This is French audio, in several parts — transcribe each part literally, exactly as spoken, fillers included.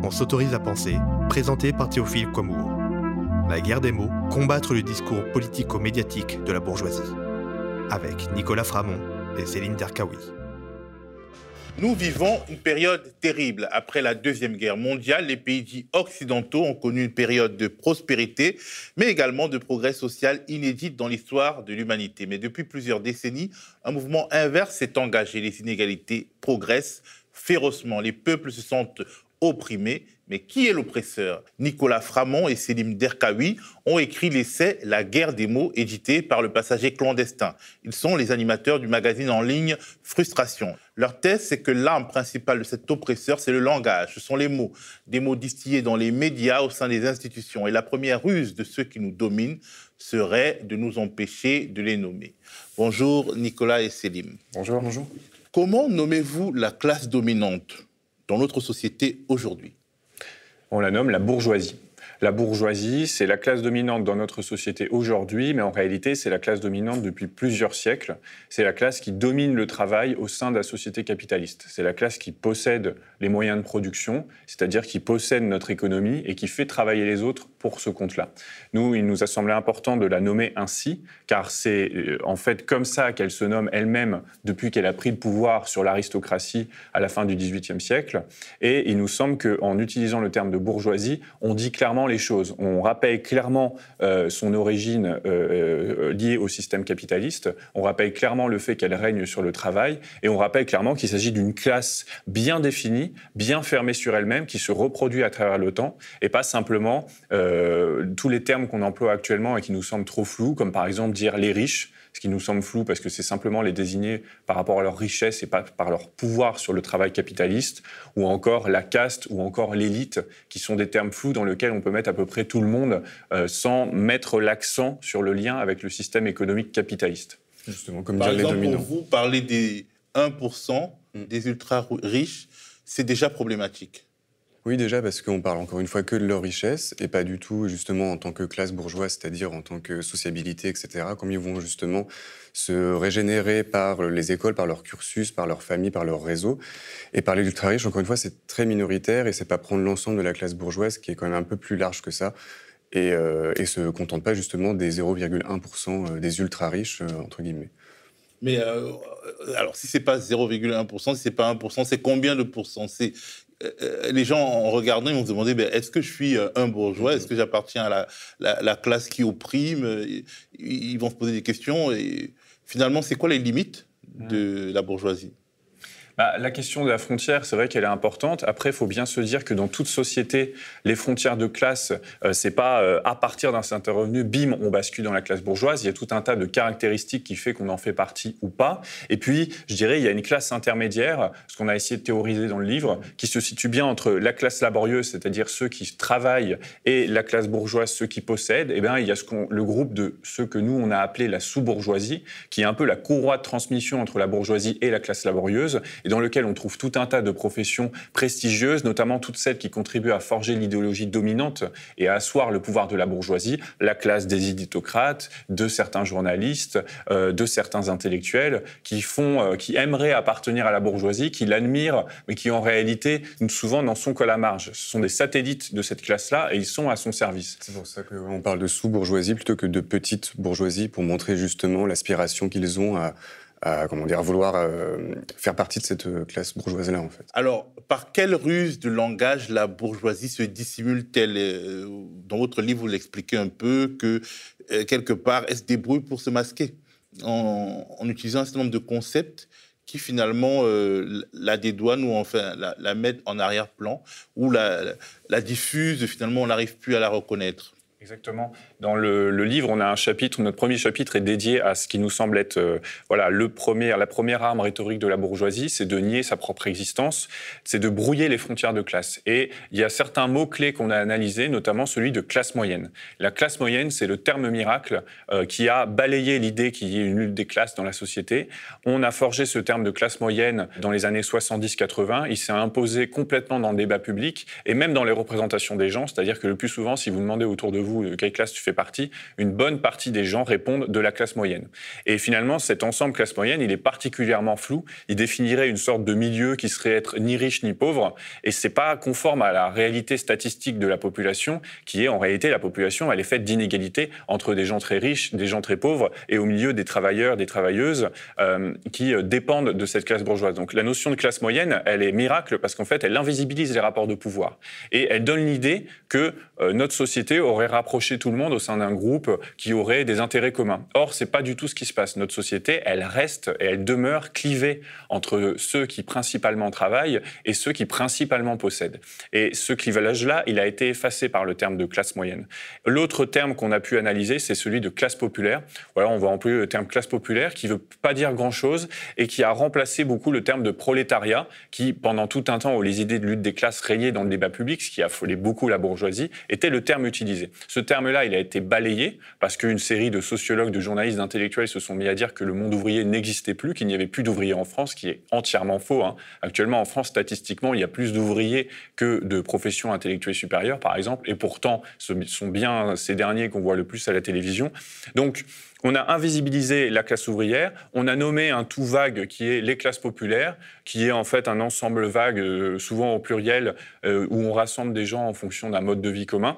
On s'autorise à penser, présenté par Théophile Kouamouo. La guerre des mots, combattre le discours politico-médiatique de la bourgeoisie. Avec Nicolas Framont et Céline Derkaoui. Nous vivons une période terrible. Après la Deuxième Guerre mondiale, les pays dits occidentaux ont connu une période de prospérité, mais également de progrès social inédit dans l'histoire de l'humanité. Mais depuis plusieurs décennies, un mouvement inverse s'est engagé. Les inégalités progressent férocement. Les peuples se sentent opprimés. Mais qui est l'oppresseur ? Nicolas Framont et Céline Derkaoui ont écrit l'essai « La guerre des mots » édité par Le Passager clandestin. Ils sont les animateurs du magazine en ligne Frustration. Leur thèse, c'est que l'arme principale de cet oppresseur, c'est le langage. Ce sont les mots, des mots distillés dans les médias au sein des institutions. Et la première ruse de ceux qui nous dominent serait de nous empêcher de les nommer. Bonjour Nicolas et Céline. Bonjour. Bonjour. Comment nommez-vous la classe dominante dans notre société aujourd'hui ? On la nomme la bourgeoisie. La bourgeoisie, c'est la classe dominante dans notre société aujourd'hui, mais en réalité, c'est la classe dominante depuis plusieurs siècles. C'est la classe qui domine le travail au sein de la société capitaliste. C'est la classe qui possède les moyens de production, c'est-à-dire qui possède notre économie et qui fait travailler les autres pour ce compte-là. Nous, il nous a semblé important de la nommer ainsi, car c'est en fait comme ça qu'elle se nomme elle-même depuis qu'elle a pris le pouvoir sur l'aristocratie à la fin du dix-huitième siècle. Et il nous semble qu'en utilisant le terme de bourgeoisie, on dit clairement les choses. On rappelle clairement euh, son origine euh, liée au système capitaliste, on rappelle clairement le fait qu'elle règne sur le travail, et on rappelle clairement qu'il s'agit d'une classe bien définie, bien fermée sur elle-même, qui se reproduit à travers le temps, et pas simplement euh, tous les termes qu'on emploie actuellement et qui nous semblent trop flous, comme par exemple dire les riches, ce qui nous semble flou parce que c'est simplement les désigner par rapport à leur richesse et pas par leur pouvoir sur le travail capitaliste, ou encore la caste, ou encore l'élite, qui sont des termes flous dans lesquels on peut mettre à peu près tout le monde euh, sans mettre l'accent sur le lien avec le système économique capitaliste. Justement, comme dire les dominants. Pour vous, parler des un pour cent des ultra-riches, c'est déjà problématique. Oui, déjà parce qu'on parle encore une fois que de leur richesse et pas du tout justement en tant que classe bourgeoise, c'est-à-dire en tant que sociabilité, et cetera. Comme ils vont justement se régénérer par les écoles, par leur cursus, par leur famille, par leur réseau. Et parler d'ultra-riches, encore une fois, c'est très minoritaire et c'est pas prendre l'ensemble de la classe bourgeoise qui est quand même un peu plus large que ça. Et, euh, et se contente pas justement des zéro virgule un pour cent des ultra-riches, euh, entre guillemets. Mais euh, alors, si c'est pas zéro virgule un pour cent, si c'est pas un pour cent, c'est combien de pourcents ? C'est euh, les gens, en regardant, ils vont se demander ben, est-ce que je suis un bourgeois ? Est-ce que j'appartiens à la, la, la classe qui opprime ? Ils vont se poser des questions. Et finalement, c'est quoi les limites de la bourgeoisie ? Bah, la question de la frontière, c'est vrai qu'elle est importante. Après, il faut bien se dire que dans toute société, les frontières de classe, euh, c'est pas euh, à partir d'un certain revenu, bim, on bascule dans la classe bourgeoise. Il y a tout un tas de caractéristiques qui fait qu'on en fait partie ou pas. Et puis, je dirais, il y a une classe intermédiaire, ce qu'on a essayé de théoriser dans le livre, qui se situe bien entre la classe laborieuse, c'est-à-dire ceux qui travaillent, et la classe bourgeoise, ceux qui possèdent. Et bien, il y a ce qu'on, le groupe de ceux que nous, on a appelé la sous-bourgeoisie, qui est un peu la courroie de transmission entre la bourgeoisie et la classe laborieuse, et dans lequel on trouve tout un tas de professions prestigieuses, notamment toutes celles qui contribuent à forger l'idéologie dominante et à asseoir le pouvoir de la bourgeoisie, la classe des éditocrates, de certains journalistes, euh, de certains intellectuels qui font, euh, qui aimeraient appartenir à la bourgeoisie, qui l'admirent, mais qui en réalité, souvent, n'en sont qu'à la marge. Ce sont des satellites de cette classe-là et ils sont à son service. C'est pour ça qu'on parle de sous-bourgeoisie plutôt que de petite bourgeoisie, pour montrer justement l'aspiration qu'ils ont à à comment dire, vouloir euh, faire partie de cette euh, classe bourgeoise-là, en fait. Alors, par quelle ruse de langage la bourgeoisie se dissimule-t-elle ? euh, Dans votre livre, vous l'expliquez un peu, que euh, quelque part, elle se débrouille pour se masquer, en, en utilisant un certain nombre de concepts qui finalement euh, la dédouanent ou enfin la, la mettent en arrière-plan, ou la, la, la diffusent, finalement on n'arrive plus à la reconnaître. Exactement. Dans le, le livre, on a un chapitre, notre premier chapitre est dédié à ce qui nous semble être euh, voilà, le premier, la première arme rhétorique de la bourgeoisie, c'est de nier sa propre existence, c'est de brouiller les frontières de classe. Et il y a certains mots-clés qu'on a analysés, notamment celui de classe moyenne. La classe moyenne, c'est le terme miracle euh, qui a balayé l'idée qu'il y ait une lutte des classes dans la société. On a forgé ce terme de classe moyenne dans les années soixante-dix quatre-vingts, il s'est imposé complètement dans le débat public et même dans les représentations des gens, c'est-à-dire que le plus souvent, si vous demandez autour de vous vous de quelle classe tu fais partie, une bonne partie des gens répondent de la classe moyenne. Et finalement, cet ensemble classe moyenne, il est particulièrement flou. Il définirait une sorte de milieu qui serait être ni riche ni pauvre, et c'est pas conforme à la réalité statistique de la population, qui est en réalité la population, elle est faite d'inégalités entre des gens très riches, des gens très pauvres, et au milieu des travailleurs, des travailleuses euh, qui euh, dépendent de cette classe bourgeoise. Donc la notion de classe moyenne, elle est miracle parce qu'en fait, elle invisibilise les rapports de pouvoir. Et elle donne l'idée que euh, notre société aurait rapproché tout le monde au sein d'un groupe qui aurait des intérêts communs. Or, c'est pas du tout ce qui se passe. Notre société, elle reste et elle demeure clivée entre ceux qui principalement travaillent et ceux qui principalement possèdent. Et ce clivage-là, il a été effacé par le terme de classe moyenne. L'autre terme qu'on a pu analyser, c'est celui de classe populaire. Voilà, on va employer le terme classe populaire qui veut pas dire grand-chose et qui a remplacé beaucoup le terme de prolétariat qui, pendant tout un temps où les idées de lutte des classes régnaient dans le débat public, ce qui affolait beaucoup la bourgeoisie, était le terme utilisé. Ce terme-là, il a été balayé parce qu'une série de sociologues, de journalistes, d'intellectuels se sont mis à dire que le monde ouvrier n'existait plus, qu'il n'y avait plus d'ouvriers en France, ce qui est entièrement faux, hein. Actuellement, en France, statistiquement, il y a plus d'ouvriers que de professions intellectuelles supérieures, par exemple, et pourtant, ce sont bien ces derniers qu'on voit le plus à la télévision. Donc, on a invisibilisé la classe ouvrière, on a nommé un tout vague qui est les classes populaires, qui est en fait un ensemble vague, euh, souvent au pluriel, euh, où on rassemble des gens en fonction d'un mode de vie commun.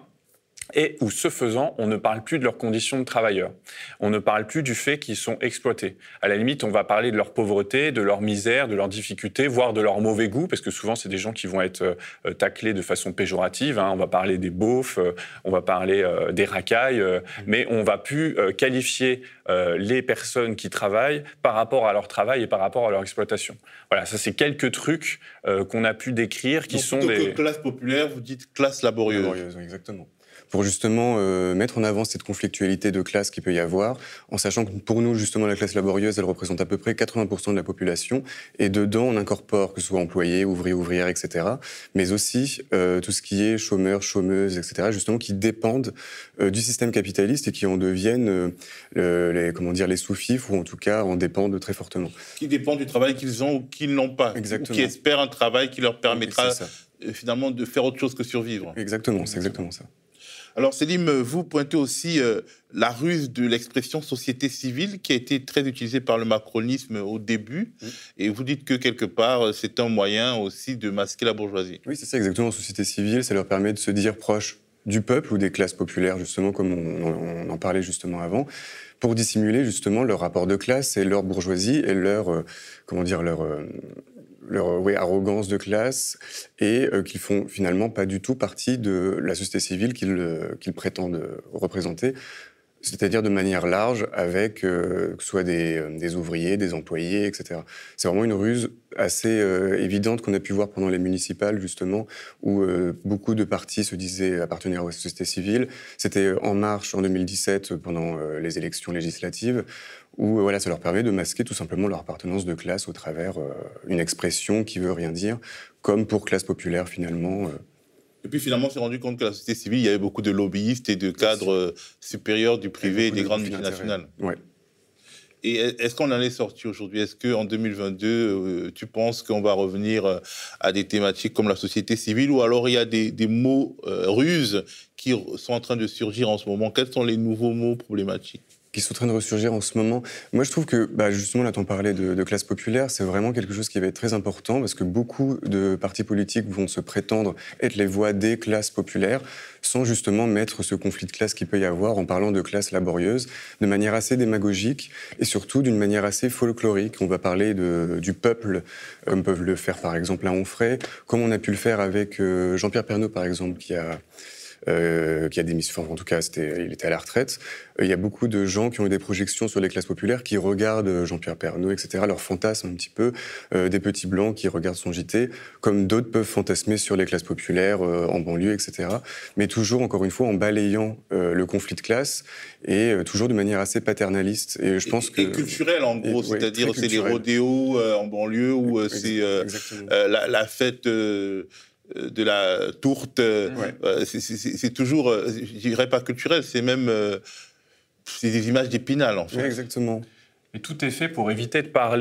Et où, ce faisant, on ne parle plus de leurs conditions de travailleurs. On ne parle plus du fait qu'ils sont exploités. À la limite, on va parler de leur pauvreté, de leur misère, de leurs difficultés, voire de leur mauvais goût, parce que souvent, c'est des gens qui vont être euh, taclés de façon péjorative. Hein. On va parler des beaufs, euh, on va parler euh, des racailles, euh, mais on ne va plus euh, qualifier euh, les personnes qui travaillent par rapport à leur travail et par rapport à leur exploitation. Voilà, ça, c'est quelques trucs euh, qu'on a pu décrire qui Donc, sont plutôt des... que classe populaire, vous dites classe laborieuse. Laborieuse, oui, exactement. Pour justement euh, mettre en avant cette conflictualité de classe qu'il peut y avoir, en sachant que pour nous, justement, la classe laborieuse, elle représente à peu près quatre-vingts pour cent de la population, et dedans, on incorpore que ce soit employés, ouvriers, ouvrières, et cetera, mais aussi euh, tout ce qui est chômeurs, chômeuses, et cetera, justement, qui dépendent euh, du système capitaliste et qui en deviennent euh, les, comment dire, les sous-fifres, ou en tout cas en dépendent très fortement. Qui dépendent du travail qu'ils ont ou qu'ils n'ont pas. Exactement. Ou qui espèrent un travail qui leur permettra Oui, euh, finalement de faire autre chose que survivre. Exactement, c'est exactement ça. Alors Selim, vous pointez aussi euh, la ruse de l'expression société civile qui a été très utilisée par le macronisme au début, mmh. et vous dites que quelque part c'est un moyen aussi de masquer la bourgeoisie. Oui, c'est ça exactement, société civile, ça leur permet de se dire proche du peuple ou des classes populaires, justement, comme on, on en parlait justement avant, pour dissimuler justement leur rapport de classe et leur bourgeoisie et leur, euh, comment dire, leur... Euh, leur ouais, arrogance de classe, et euh, qu'ils font finalement pas du tout partie de la société civile qu'ils, euh, qu'ils prétendent représenter, c'est-à-dire de manière large avec euh, que ce soit des, euh, des ouvriers, des employés, et cetera. C'est vraiment une ruse assez euh, évidente qu'on a pu voir pendant les municipales, justement, où euh, beaucoup de partis se disaient appartenir à la société civile. C'était En Marche en deux mille dix-sept, pendant euh, les élections législatives, où euh, voilà, ça leur permet de masquer tout simplement leur appartenance de classe au travers euh, une expression qui veut rien dire, comme pour classe populaire, finalement. Euh. Et puis finalement, on s'est rendu compte que la société civile, il y avait beaucoup de lobbyistes et de cadres euh, supérieurs du privé et, et des grandes multinationales. Ouais. Et est-ce qu'on en est sorti aujourd'hui? Est-ce qu'en deux mille vingt-deux, euh, tu penses qu'on va revenir à des thématiques comme la société civile, ou alors il y a des, des mots euh, ruses qui sont en train de surgir en ce moment? Quels sont les nouveaux mots problématiques qui sont en train de ressurgir en ce moment? Moi, je trouve que, bah, justement, là, t'en parlais de, de classe populaire, c'est vraiment quelque chose qui va être très important, parce que beaucoup de partis politiques vont se prétendre être les voix des classes populaires, sans justement mettre ce conflit de classe qu'il peut y avoir en parlant de classe laborieuse, de manière assez démagogique, et surtout d'une manière assez folklorique. On va parler de, du peuple, comme peuvent le faire, par exemple, à Onfray, comme on a pu le faire avec euh, Jean-Pierre Pernaut, par exemple, qui a... Euh, qui a démissionné, enfin, en tout cas, c'était, il était à la retraite. Il euh, y a beaucoup de gens qui ont eu des projections sur les classes populaires, qui regardent Jean-Pierre Pernaut, et cetera, leur fantasme un petit peu, euh, des petits blancs qui regardent son J T, comme d'autres peuvent fantasmer sur les classes populaires euh, en banlieue, et cetera. Mais toujours, encore une fois, en balayant euh, le conflit de classe, et euh, toujours de manière assez paternaliste. Et je pense et, que... Et culturel, en gros, et, c'est-à-dire ouais, c'est les rodéos euh, en banlieue, ou euh, c'est euh, euh, la, la fête... Euh, de la tourte, ouais. euh, c'est, c'est, c'est toujours, euh, je dirais pas culturel, c'est même euh, c'est des images d'Épinal, en fait. Ouais, exactement. Et tout est fait pour éviter de parler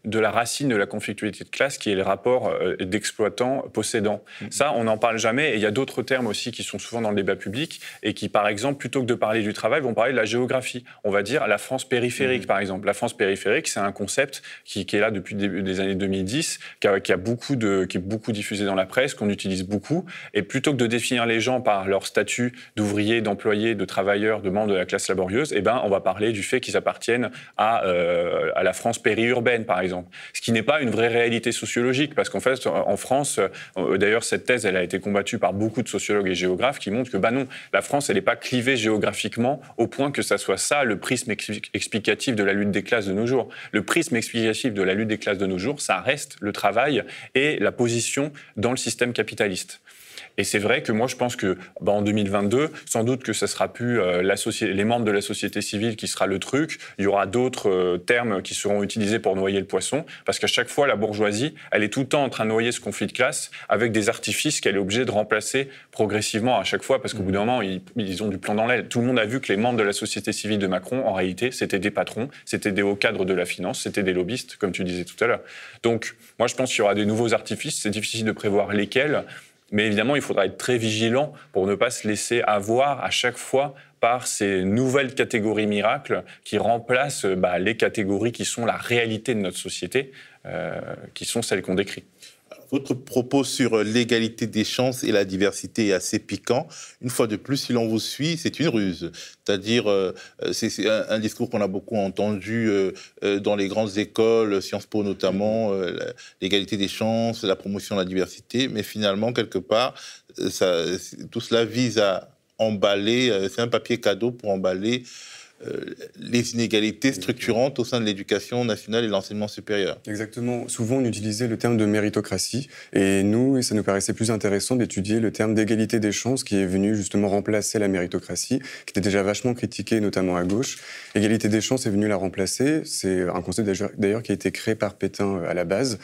de la racine de la conflictualité de classe qui est le rapport euh, d'exploitant-possédant. Mmh. Ça, on n'en parle jamais. Et il y a d'autres termes aussi qui sont souvent dans le débat public et qui, par exemple, plutôt que de parler du travail, vont parler de la géographie. On va dire la France périphérique, mmh. par exemple. La France périphérique, c'est un concept qui, qui est là depuis le début des années deux mille dix, qui, a, qui, a beaucoup de, qui est beaucoup diffusé dans la presse, qu'on utilise beaucoup. Et plutôt que de définir les gens par leur statut d'ouvrier, d'employé, de travailleur, de membre de la classe laborieuse, eh ben, on va parler du fait qu'ils appartiennent à, euh, à la France périurbaine, par exemple. Ce qui n'est pas une vraie réalité sociologique, parce qu'en fait, en France, euh, d'ailleurs, cette thèse, elle a été combattue par beaucoup de sociologues et géographes qui montrent que, bah non, la France, elle n'est pas clivée géographiquement au point que ça soit ça le prisme explicatif de la lutte des classes de nos jours. Le prisme explicatif de la lutte des classes de nos jours, ça reste le travail et la position dans le système capitaliste. Et c'est vrai que moi, je pense que bah, en deux mille vingt-deux, sans doute que ce sera plus euh, la soci... les membres de la société civile qui sera le truc. Il y aura d'autres euh, termes qui seront utilisés pour noyer le poisson, parce qu'à chaque fois, la bourgeoisie, elle est tout le temps en train de noyer ce conflit de classe avec des artifices qu'elle est obligée de remplacer progressivement à chaque fois, parce qu'au bout d'un moment, ils, ils ont du plomb dans l'aile. Tout le monde a vu que les membres de la société civile de Macron, en réalité, c'était des patrons, c'était des hauts cadres de la finance, c'était des lobbyistes, comme tu disais tout à l'heure. Donc, moi, je pense qu'il y aura des nouveaux artifices. C'est difficile de prévoir lesquels. Mais évidemment, il faudra être très vigilant pour ne pas se laisser avoir à chaque fois par ces nouvelles catégories miracles qui remplacent bah, les catégories qui sont la réalité de notre société, euh, qui sont celles qu'on décrit. Votre propos sur l'égalité des chances et la diversité est assez piquant. Une fois de plus, si l'on vous suit, c'est une ruse. C'est-à-dire, euh, c'est, c'est un, un discours qu'on a beaucoup entendu euh, euh, dans les grandes écoles, Sciences Po notamment, euh, l'égalité des chances, la promotion de la diversité. Mais finalement, quelque part, ça, tout cela vise à emballer, euh, c'est un papier cadeau pour emballer Euh, les inégalités structurantes au sein de l'éducation nationale et de l'enseignement supérieur. Exactement. Souvent, on utilisait le terme de méritocratie, et nous, ça nous paraissait plus intéressant d'étudier le terme d'égalité des chances qui est venu justement remplacer la méritocratie, qui était déjà vachement critiquée, notamment à gauche. Égalité des chances est venu la remplacer. C'est un concept d'ailleurs qui a été créé par Pétain à la base.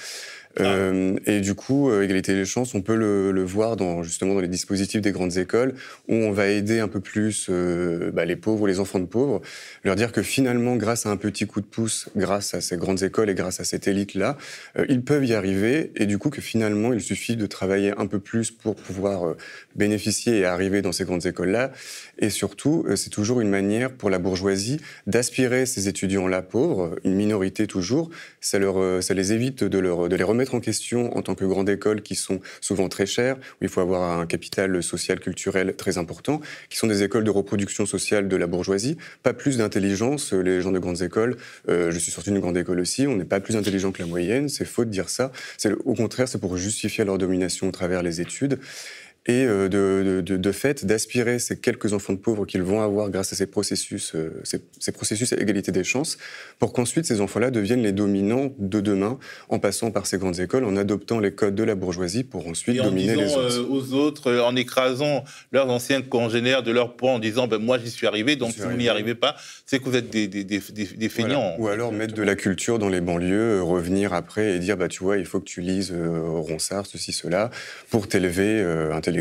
Euh, et du coup, euh, égalité des chances, on peut le, le voir dans, justement dans les dispositifs des grandes écoles, où on va aider un peu plus euh, bah, les pauvres ou les enfants de pauvres, leur dire que finalement, grâce à un petit coup de pouce, grâce à ces grandes écoles et grâce à cette élite-là, euh, ils peuvent y arriver, et du coup que finalement, il suffit de travailler un peu plus pour pouvoir euh, bénéficier et arriver dans ces grandes écoles-là. Et surtout, euh, c'est toujours une manière pour la bourgeoisie d'aspirer ces étudiants-là pauvres, une minorité toujours, ça, leur, euh, ça les évite de, leur, de les remettre en question en tant que grandes écoles qui sont souvent très chères, où il faut avoir un capital social, culturel très important, qui sont des écoles de reproduction sociale de la bourgeoisie, pas plus d'intelligence, les gens de grandes écoles, euh, je suis sorti d'une grande école aussi, on n'est pas plus intelligent que la moyenne, c'est faux de dire ça, c'est, au contraire, c'est pour justifier leur domination au travers les études. Et de, de, de, de fait, d'aspirer ces quelques enfants de pauvres qu'ils vont avoir grâce à ces processus, euh, ces, ces processus à égalité des chances, pour qu'ensuite ces enfants-là deviennent les dominants de demain, en passant par ces grandes écoles, en adoptant les codes de la bourgeoisie pour ensuite et dominer les autres. Euh, aux autres, euh, en écrasant leurs anciens congénères de leur poids, en disant ben, « moi j'y suis arrivé, donc si vous n'y arrivez pas, c'est que vous êtes des, des, des, des, des feignants. Voilà. » Ou alors mettre de la culture dans les banlieues, euh, revenir après et dire bah, « tu vois, il faut que tu lises euh, Ronsard, ceci, cela, pour t'élever euh, intellectuellement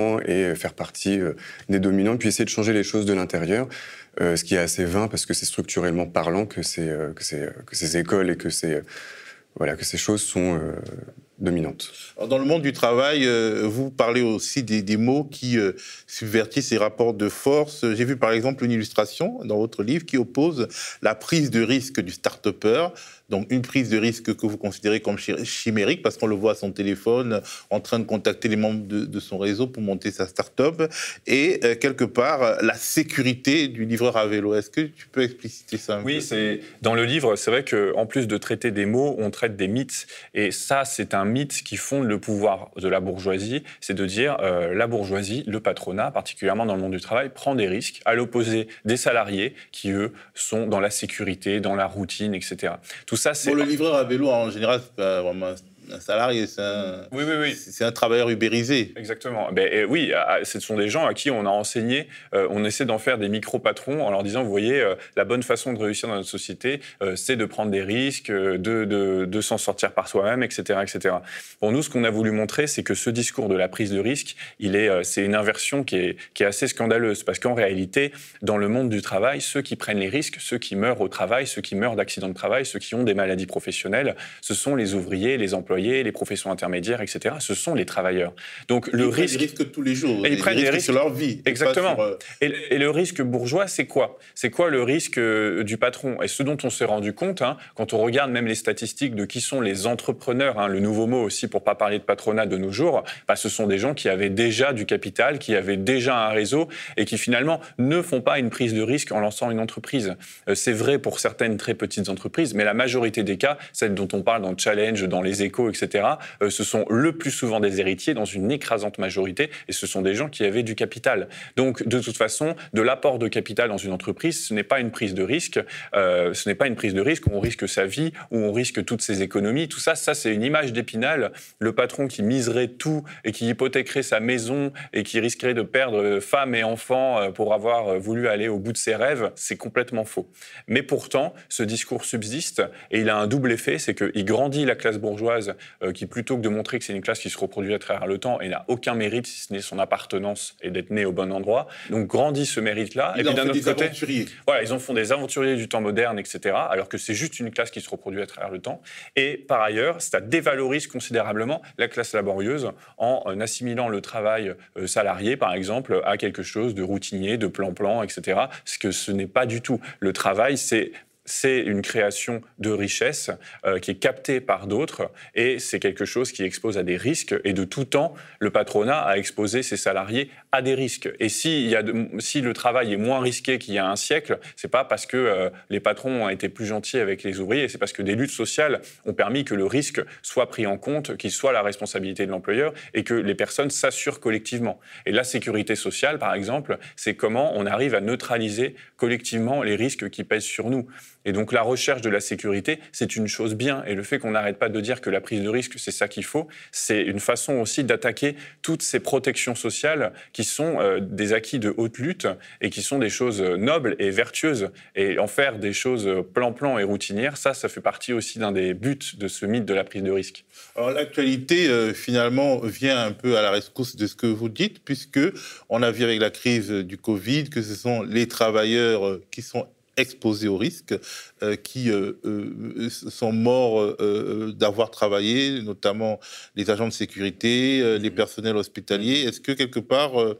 et faire partie euh, des dominants, puis essayer de changer les choses de l'intérieur, euh, ce qui est assez vain parce que c'est structurellement parlant que, c'est, euh, que, c'est, que ces écoles et que ces, euh, voilà, que ces choses sont euh, dominantes. Alors, dans le monde du travail, euh, vous parlez aussi des, des mots qui euh, subvertissent ces rapports de force. J'ai vu par exemple une illustration dans votre livre qui oppose la prise de risque du start-upper, donc une prise de risque que vous considérez comme chimérique, parce qu'on le voit à son téléphone, en train de contacter les membres de, de son réseau pour monter sa start-up, et euh, quelque part, la sécurité du livreur à vélo. Est-ce que tu peux expliciter ça un Oui, peu ? c'est, dans le livre, c'est vrai qu'en plus de traiter des mots, on traite des mythes, et ça, c'est un mythe qui fonde le pouvoir de la bourgeoisie, c'est de dire euh, la bourgeoisie, le patronat, particulièrement dans le monde du travail, prend des risques, à l'opposé des salariés qui, eux, sont dans la sécurité, dans la routine, et cetera. Tout ça, c'est... Bon, le livreur à vélo, en général, c'est pas vraiment Un salarié, c'est un, oui, oui, oui. c'est un travailleur ubérisé. Exactement. Ben, et oui, ce sont des gens à qui on a enseigné, euh, on essaie d'en faire des micro-patrons en leur disant, vous voyez, euh, la bonne façon de réussir dans notre société, euh, c'est de prendre des risques, de, de, de s'en sortir par soi-même, et cetera, et cetera. Pour nous, ce qu'on a voulu montrer, c'est que ce discours de la prise de risque, il est, euh, c'est une inversion qui est, qui est assez scandaleuse, parce qu'en réalité, dans le monde du travail, ceux qui prennent les risques, ceux qui meurent au travail, ceux qui meurent d'accidents de travail, ceux qui ont des maladies professionnelles, ce sont les ouvriers, les employés, les professions intermédiaires, et cetera. Ce sont les travailleurs. Donc ils le prennent risque, des risques tous les jours. Et ils prennent des risques sur leur vie. Exactement. Sur, euh... et, et le risque bourgeois, c'est quoi? C'est quoi le risque euh, du patron? Et ce dont on s'est rendu compte, hein, quand on regarde même les statistiques de qui sont les entrepreneurs, hein, le nouveau mot aussi pour pas parler de patronat de nos jours, bah, ce sont des gens qui avaient déjà du capital, qui avaient déjà un réseau et qui finalement ne font pas une prise de risque en lançant une entreprise. Euh, c'est vrai pour certaines très petites entreprises, mais la majorité des cas, celles dont on parle dans Challenge, dans les Échos, et cetera, euh, ce sont le plus souvent des héritiers dans une écrasante majorité, et ce sont des gens qui avaient du capital. Donc, de toute façon, de l'apport de capital dans une entreprise, ce n'est pas une prise de risque, euh, ce n'est pas une prise de risque où on risque sa vie, où on risque toutes ses économies, tout ça, ça c'est une image d'Épinal, le patron qui miserait tout et qui hypothéquerait sa maison et qui risquerait de perdre femme et enfants pour avoir voulu aller au bout de ses rêves, c'est complètement faux. Mais pourtant, ce discours subsiste et il a un double effet, c'est qu'il grandit la classe bourgeoise euh, qui, plutôt que de montrer que c'est une classe qui se reproduit à travers le temps et n'a aucun mérite si ce n'est son appartenance et d'être né au bon endroit, donc grandit ce mérite-là. Ils et puis en d'un font autre des côté, aventuriers. voilà, ils en font des aventuriers du temps moderne, et cetera, alors que c'est juste une classe qui se reproduit à travers le temps. Et par ailleurs, ça dévalorise considérablement la classe laborieuse en euh, assimilant le travail euh, salarié, par exemple, à quelque chose de routinier, de plan-plan, et cetera. Ce que ce n'est pas du tout. Le travail, c'est c'est une création de richesse euh, qui est captée par d'autres et c'est quelque chose qui expose à des risques. Et de tout temps, le patronat a exposé ses salariés à des risques. Et si, il y a de, si le travail est moins risqué qu'il y a un siècle, c'est pas parce que euh, les patrons ont été plus gentils avec les ouvriers, c'est parce que des luttes sociales ont permis que le risque soit pris en compte, qu'il soit la responsabilité de l'employeur et que les personnes s'assurent collectivement. Et la sécurité sociale, par exemple, c'est comment on arrive à neutraliser collectivement les risques qui pèsent sur nous. Et donc la recherche de la sécurité, c'est une chose bien. Et le fait qu'on n'arrête pas de dire que la prise de risque, c'est ça qu'il faut, c'est une façon aussi d'attaquer toutes ces protections sociales qui sont euh, des acquis de haute lutte et qui sont des choses nobles et vertueuses. Et en faire des choses plan-plan et routinières, ça, ça fait partie aussi d'un des buts de ce mythe de la prise de risque. Alors l'actualité, euh, finalement, vient un peu à la rescousse de ce que vous dites, puisque on a vu avec la crise du Covid que ce sont les travailleurs qui sont exposés au risque, euh, qui euh, euh, sont morts euh, d'avoir travaillé, notamment les agents de sécurité, euh, les personnels hospitaliers. Est-ce que quelque part, euh,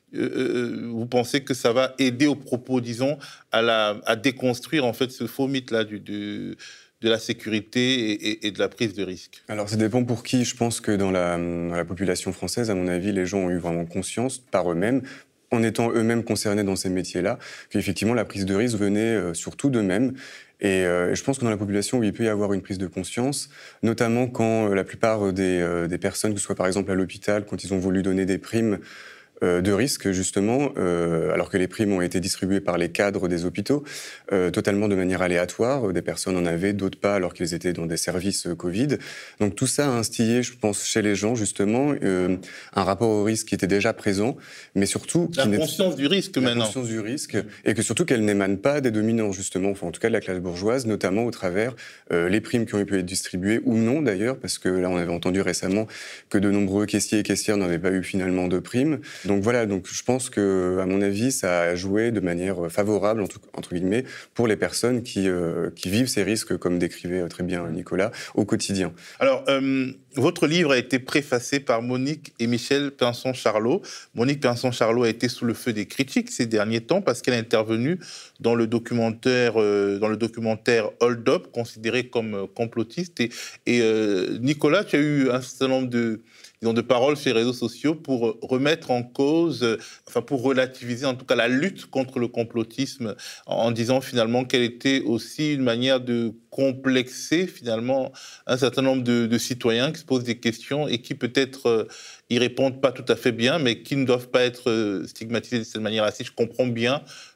euh, vous pensez que ça va aider au propos, disons, à, la, à déconstruire en fait ce faux mythe-là du, du, de la sécurité et, et, et de la prise de risque? Alors ça dépend pour qui. Je pense que dans la, dans la population française, à mon avis, les gens ont eu vraiment conscience par eux-mêmes, en étant eux-mêmes concernés dans ces métiers-là, qu'effectivement la prise de risque venait euh, surtout d'eux-mêmes. Et euh, je pense que dans la population, il peut y avoir une prise de conscience, notamment quand euh, la plupart des, euh, des personnes, que ce soit par exemple à l'hôpital, quand ils ont voulu donner des primes euh, de risque, justement, euh, alors que les primes ont été distribuées par les cadres des hôpitaux, euh, totalement de manière aléatoire. Des personnes en avaient, d'autres pas, alors qu'ils étaient dans des services euh, Covid. Donc tout ça a instillé, je pense, chez les gens, justement, euh, un rapport au risque qui était déjà présent, mais surtout... La qui conscience du risque, la maintenant. La conscience du risque, et que surtout qu'elle n'émane pas des dominants, justement, enfin en tout cas de la classe bourgeoise, notamment au travers euh, les primes qui ont pu être distribuées, ou non d'ailleurs, parce que là on avait entendu récemment que de nombreux caissiers et caissières n'avaient pas eu finalement de primes. Donc voilà, donc je pense que, à mon avis, ça a joué de manière favorable, entre, entre guillemets, pour les personnes qui, euh, qui vivent ces risques, comme décrivait très bien Nicolas, au quotidien. Alors, euh, votre livre a été préfacé par Monique et Michel Pinson-Charlot. Monique Pinson-Charlot a été sous le feu des critiques ces derniers temps parce qu'elle est intervenue dans le documentaire, euh, dans le documentaire Hold Up, considéré comme complotiste. Et, et euh, Nicolas, tu as eu un certain nombre de... de paroles sur les réseaux sociaux pour remettre en cause, euh, enfin pour relativiser en tout cas la lutte contre le complotisme, en, en disant finalement qu'elle était aussi une manière de complexer finalement un certain nombre de, de citoyens qui se posent des questions et qui peut-être euh, y répondent pas tout à fait bien, mais qui ne doivent pas être euh, stigmatisés de cette manière-là. Si je comprends bien le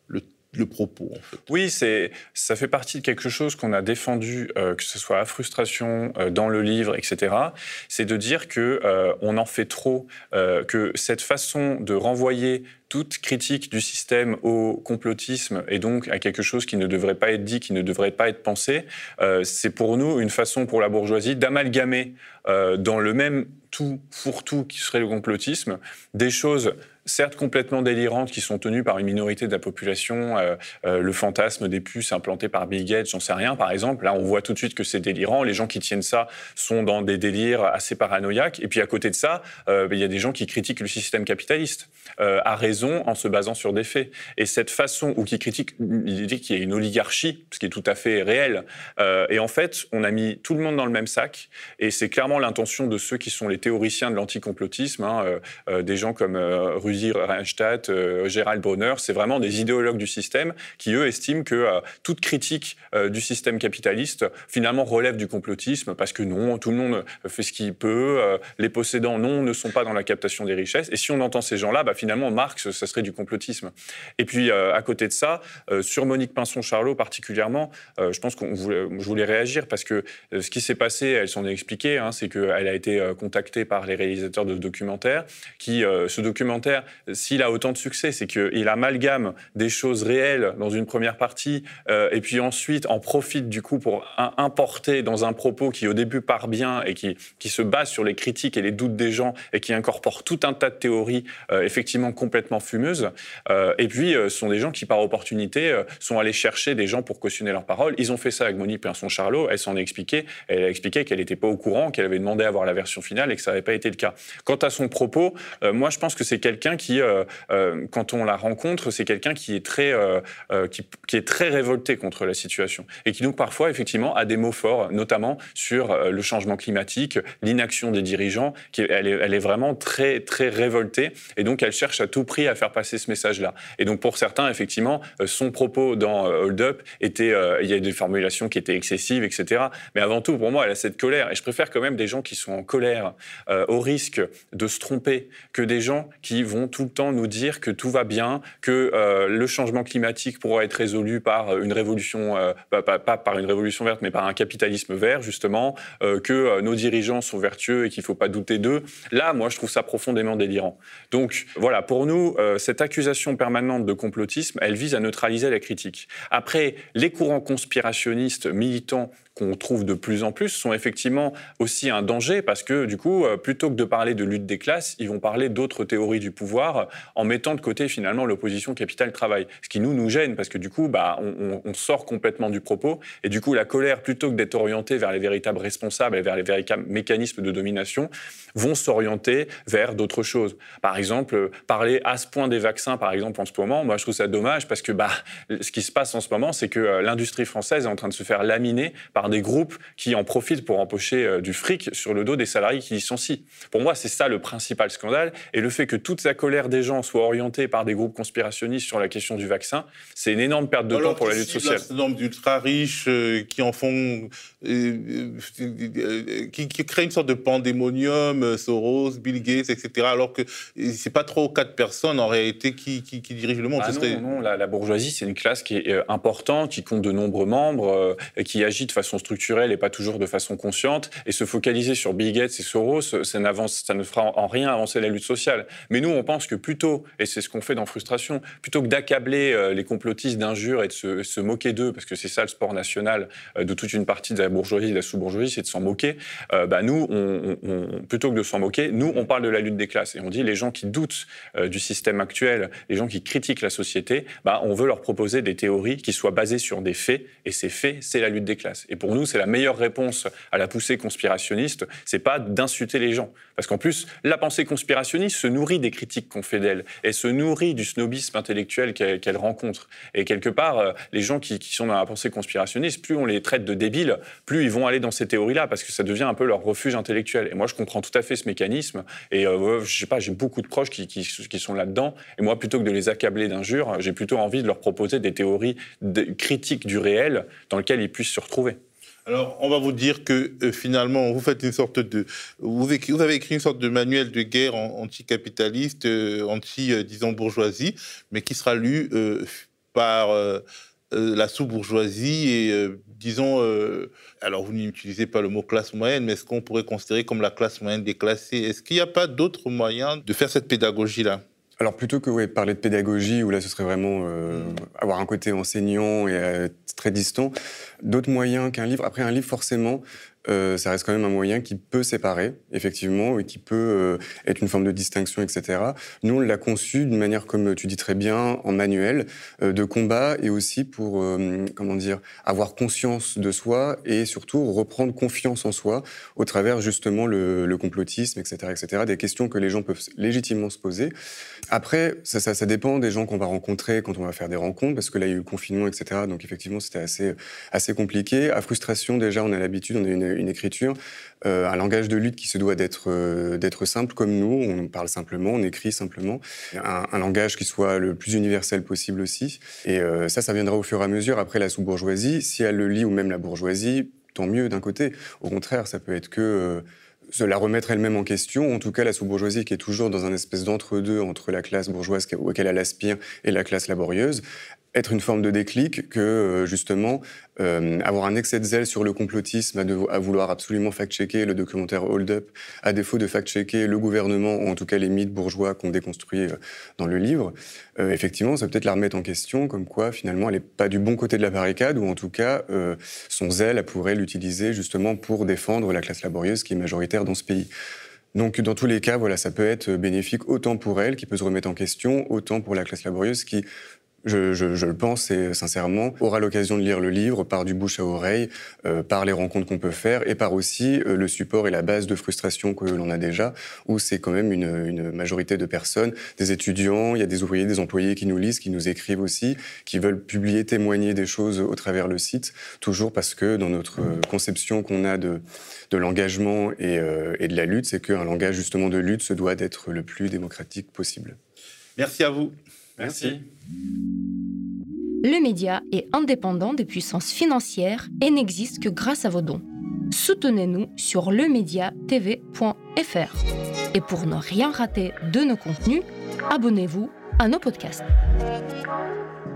le propos, en fait. Oui, c'est, ça fait partie de quelque chose qu'on a défendu, euh, que ce soit à Frustration, euh, dans le livre, et cetera. C'est de dire que euh, on en fait trop, euh, que cette façon de renvoyer toute critique du système au complotisme et donc à quelque chose qui ne devrait pas être dit, qui ne devrait pas être pensé, euh, c'est pour nous une façon pour la bourgeoisie d'amalgamer euh, dans le même tout, fourre-tout qui serait le complotisme, des choses certes complètement délirantes qui sont tenues par une minorité de la population, euh, euh, le fantasme des puces implantées par Bill Gates, j'en sais rien par exemple, là on voit tout de suite que c'est délirant, les gens qui tiennent ça sont dans des délires assez paranoïaques, et puis à côté de ça, euh, il y a des gens qui critiquent le système capitaliste, euh, à raison en se basant sur des faits. Et cette façon, ou qui critiquent l'idée qu'il y a une oligarchie, ce qui est tout à fait réel, euh, et en fait on a mis tout le monde dans le même sac, et c'est clairement l'intention de ceux qui sont les théoriciens de l'anticomplotisme, hein, euh, euh, des gens comme euh, Rudi Reinstadt, euh, Gérald Bronner, c'est vraiment des idéologues du système qui, eux, estiment que euh, toute critique euh, du système capitaliste, finalement, relève du complotisme, parce que non, tout le monde fait ce qu'il peut, euh, les possédants, non, ne sont pas dans la captation des richesses, et si on entend ces gens-là, bah, finalement, Marx, ça serait du complotisme. Et puis, euh, à côté de ça, euh, sur Monique Pinson-Charlot particulièrement, euh, je pense que je voulais réagir, parce que euh, ce qui s'est passé, elle s'en est expliquée, hein, c'est qu'elle a été euh, contactée par les réalisateurs de documentaires, qui, euh, ce documentaire, s'il a autant de succès, c'est qu'il amalgame des choses réelles dans une première partie, euh, et puis ensuite en profite du coup pour un, importer dans un propos qui au début part bien et qui, qui se base sur les critiques et les doutes des gens et qui incorpore tout un tas de théories euh, effectivement complètement fumeuses. Euh, et puis euh, ce sont des gens qui par opportunité euh, sont allés chercher des gens pour cautionner leurs paroles. Ils ont fait ça avec Monique Pinson-Charlot, elle s'en est expliquée, elle a expliqué qu'elle n'était pas au courant, qu'elle avait demandé à voir la version finale et que ça n'avait pas été le cas. Quant à son propos, euh, moi je pense que c'est quelqu'un qui, euh, euh, quand on la rencontre, c'est quelqu'un qui est très, euh, euh, qui, qui est très révolté contre la situation et qui donc parfois effectivement a des mots forts, notamment sur euh, le changement climatique, l'inaction des dirigeants. Qui, elle, est, elle est vraiment très très révoltée et donc elle cherche à tout prix à faire passer ce message-là. Et donc pour certains, effectivement, euh, son propos dans euh, Hold Up était, euh, il y a des formulations qui étaient excessives, et cetera. Mais avant tout, pour moi, elle a cette colère et je préfère quand même des gens qui sont en colère, euh, au risque de se tromper, que des gens qui vont tout le temps nous dire que tout va bien, que euh, le changement climatique pourra être résolu par une révolution, euh, pas, pas, pas par une révolution verte, mais par un capitalisme vert, justement, euh, que euh, nos dirigeants sont vertueux et qu'il ne faut pas douter d'eux. Là, moi, je trouve ça profondément délirant. Donc, voilà, pour nous, euh, cette accusation permanente de complotisme, elle vise à neutraliser la critique. Après, les courants conspirationnistes militants qu'on trouve de plus en plus sont effectivement aussi un danger parce que, du coup, plutôt que de parler de lutte des classes, ils vont parler d'autres théories du pouvoir en mettant de côté, finalement, l'opposition capital-travail. Ce qui nous, nous gêne parce que, du coup, bah, on, on sort complètement du propos et, du coup, la colère, plutôt que d'être orientée vers les véritables responsables et vers les véritables mécanismes de domination, vont s'orienter vers d'autres choses. Par exemple, parler à ce point des vaccins, par exemple, en ce moment, moi, je trouve ça dommage parce que bah, ce qui se passe en ce moment, c'est que euh, l'industrie française est en train de se faire laminer par des groupes qui en profitent pour empocher euh, du fric sur le dos des salariés qui licencient. Pour moi, c'est ça le principal scandale. Et le fait que toute la colère des gens soit orientée par des groupes conspirationnistes sur la question du vaccin, c'est une énorme perte de Alors temps pour la lutte sociale. Un certain nombre d'ultra-riches euh, qui en font... Euh, euh, qui, qui créent une sorte de pandémonium, euh, Soros, Bill Gates, et cetera. Alors que c'est pas trois ou quatre personnes, en réalité, qui, qui, qui dirigent le monde. Ah Ce non, serait... non, la, la bourgeoisie, c'est une classe qui est euh, importante, qui compte de nombreux membres, euh, et qui agit de façon structurelle et pas toujours de façon consciente. Et se focaliser sur Bill Gates et Soros, ça, n'avance, ça ne fera en rien avancer la lutte sociale. Mais nous, on pense que plutôt, et c'est ce qu'on fait dans Frustration, plutôt que d'accabler euh, les complotistes d'injures et de se, se moquer d'eux, parce que c'est ça le sport national euh, de toute une partie de la bourgeoisie et de la sous-bourgeoisie, c'est de s'en moquer, euh, bah nous, on, on, on, plutôt que de s'en moquer, nous, on parle de la lutte des classes. Et on dit les gens qui doutent euh, du système actuel, les gens qui critiquent la société, bah, on veut leur proposer des théories qui soient basées sur des faits, et ces faits, c'est la lutte des classes. Et pour nous, c'est la meilleure réponse à la poussée conspirationniste, c'est pas d'insulter les gens. Parce qu'en plus, la pensée conspirationniste se nourrit des critiques qu'on fait d'elle, et se nourrit du snobisme intellectuel qu'elle, qu'elle rencontre. Et quelque part, euh, les gens qui, qui sont dans la pensée conspirationniste, plus on les traite de débiles, plus ils vont aller dans ces théories-là, parce que ça devient un peu leur refuge intellectuel. Et moi, je comprends tout à fait ce mécanisme, et euh, je sais pas, j'ai beaucoup de proches qui, qui, qui sont là-dedans, et moi, plutôt que de les accabler d'injures, j'ai plutôt envie de leur proposer des théories de, critiques du réel dans lesquelles ils puissent se retrouver. Alors, on va vous dire que euh, finalement, vous faites une sorte de, vous, écrit, vous avez écrit une sorte de manuel de guerre anticapitaliste, euh, anti, euh, disons, bourgeoisie, mais qui sera lu euh, par euh, euh, la sous-bourgeoisie et, euh, disons, euh, alors vous n'utilisez pas le mot classe moyenne, mais est-ce qu'on pourrait considérer comme la classe moyenne déclassée? Est-ce qu'il n'y a pas d'autres moyens de faire cette pédagogie-là? Alors plutôt que ouais, parler de pédagogie, où là ce serait vraiment euh, mmh. avoir un côté enseignant et euh, très distant, d'autres moyens qu'un livre. Après un livre forcément, euh, ça reste quand même un moyen qui peut séparer, effectivement, et qui peut euh, être une forme de distinction, et cetera. Nous on l'a conçu d'une manière, comme tu dis très bien, en manuel, euh, de combat, et aussi pour, euh, comment dire, avoir conscience de soi, et surtout reprendre confiance en soi, au travers justement le, le complotisme, et cetera, et cetera, des questions que les gens peuvent légitimement se poser. Après, ça, ça, ça dépend des gens qu'on va rencontrer quand on va faire des rencontres, parce que là, il y a eu le confinement, et cetera. Donc, effectivement, c'était assez, assez compliqué. À Frustration, déjà, on a l'habitude, on a une, une écriture, euh, un langage de lutte qui se doit d'être, euh, d'être simple, comme nous. On parle simplement, on écrit simplement. Un, un langage qui soit le plus universel possible aussi. Et euh, ça, ça viendra au fur et à mesure. Après, la sous-bourgeoisie, si elle le lit, ou même la bourgeoisie, tant mieux d'un côté. Au contraire, ça peut être que... Euh, se la remettre elle-même en question, en tout cas la sous-bourgeoisie qui est toujours dans un espèce d'entre-deux entre la classe bourgeoise auquel elle aspire et la classe laborieuse, être une forme de déclic que, justement, euh, avoir un excès de zèle sur le complotisme, à, de, à vouloir absolument fact-checker le documentaire Hold Up, à défaut de fact-checker le gouvernement, ou en tout cas les mythes bourgeois qu'on déconstruit dans le livre, euh, effectivement, ça peut peut-être la remettre en question, comme quoi, finalement, elle n'est pas du bon côté de la barricade, ou en tout cas, euh, son zèle, elle pourrait l'utiliser justement pour défendre la classe laborieuse qui est majoritaire dans ce pays. Donc, dans tous les cas, voilà, ça peut être bénéfique autant pour elle, qui peut se remettre en question, autant pour la classe laborieuse qui... Je, je, je le pense et sincèrement, aura l'occasion de lire le livre par du bouche à oreille, euh, par les rencontres qu'on peut faire et par aussi euh, le support et la base de frustration que l'on a déjà, où c'est quand même une, une majorité de personnes, des étudiants, il y a des ouvriers, des employés qui nous lisent, qui nous écrivent aussi, qui veulent publier, témoigner des choses au travers le site, toujours parce que dans notre conception qu'on a de, de l'engagement et, euh, et de la lutte, c'est qu'un langage justement de lutte se doit d'être le plus démocratique possible. Merci à vous. Merci. Le média est indépendant des puissances financières et n'existe que grâce à vos dons. Soutenez-nous sur lemediatv point f r. Et pour ne rien rater de nos contenus, abonnez-vous à nos podcasts.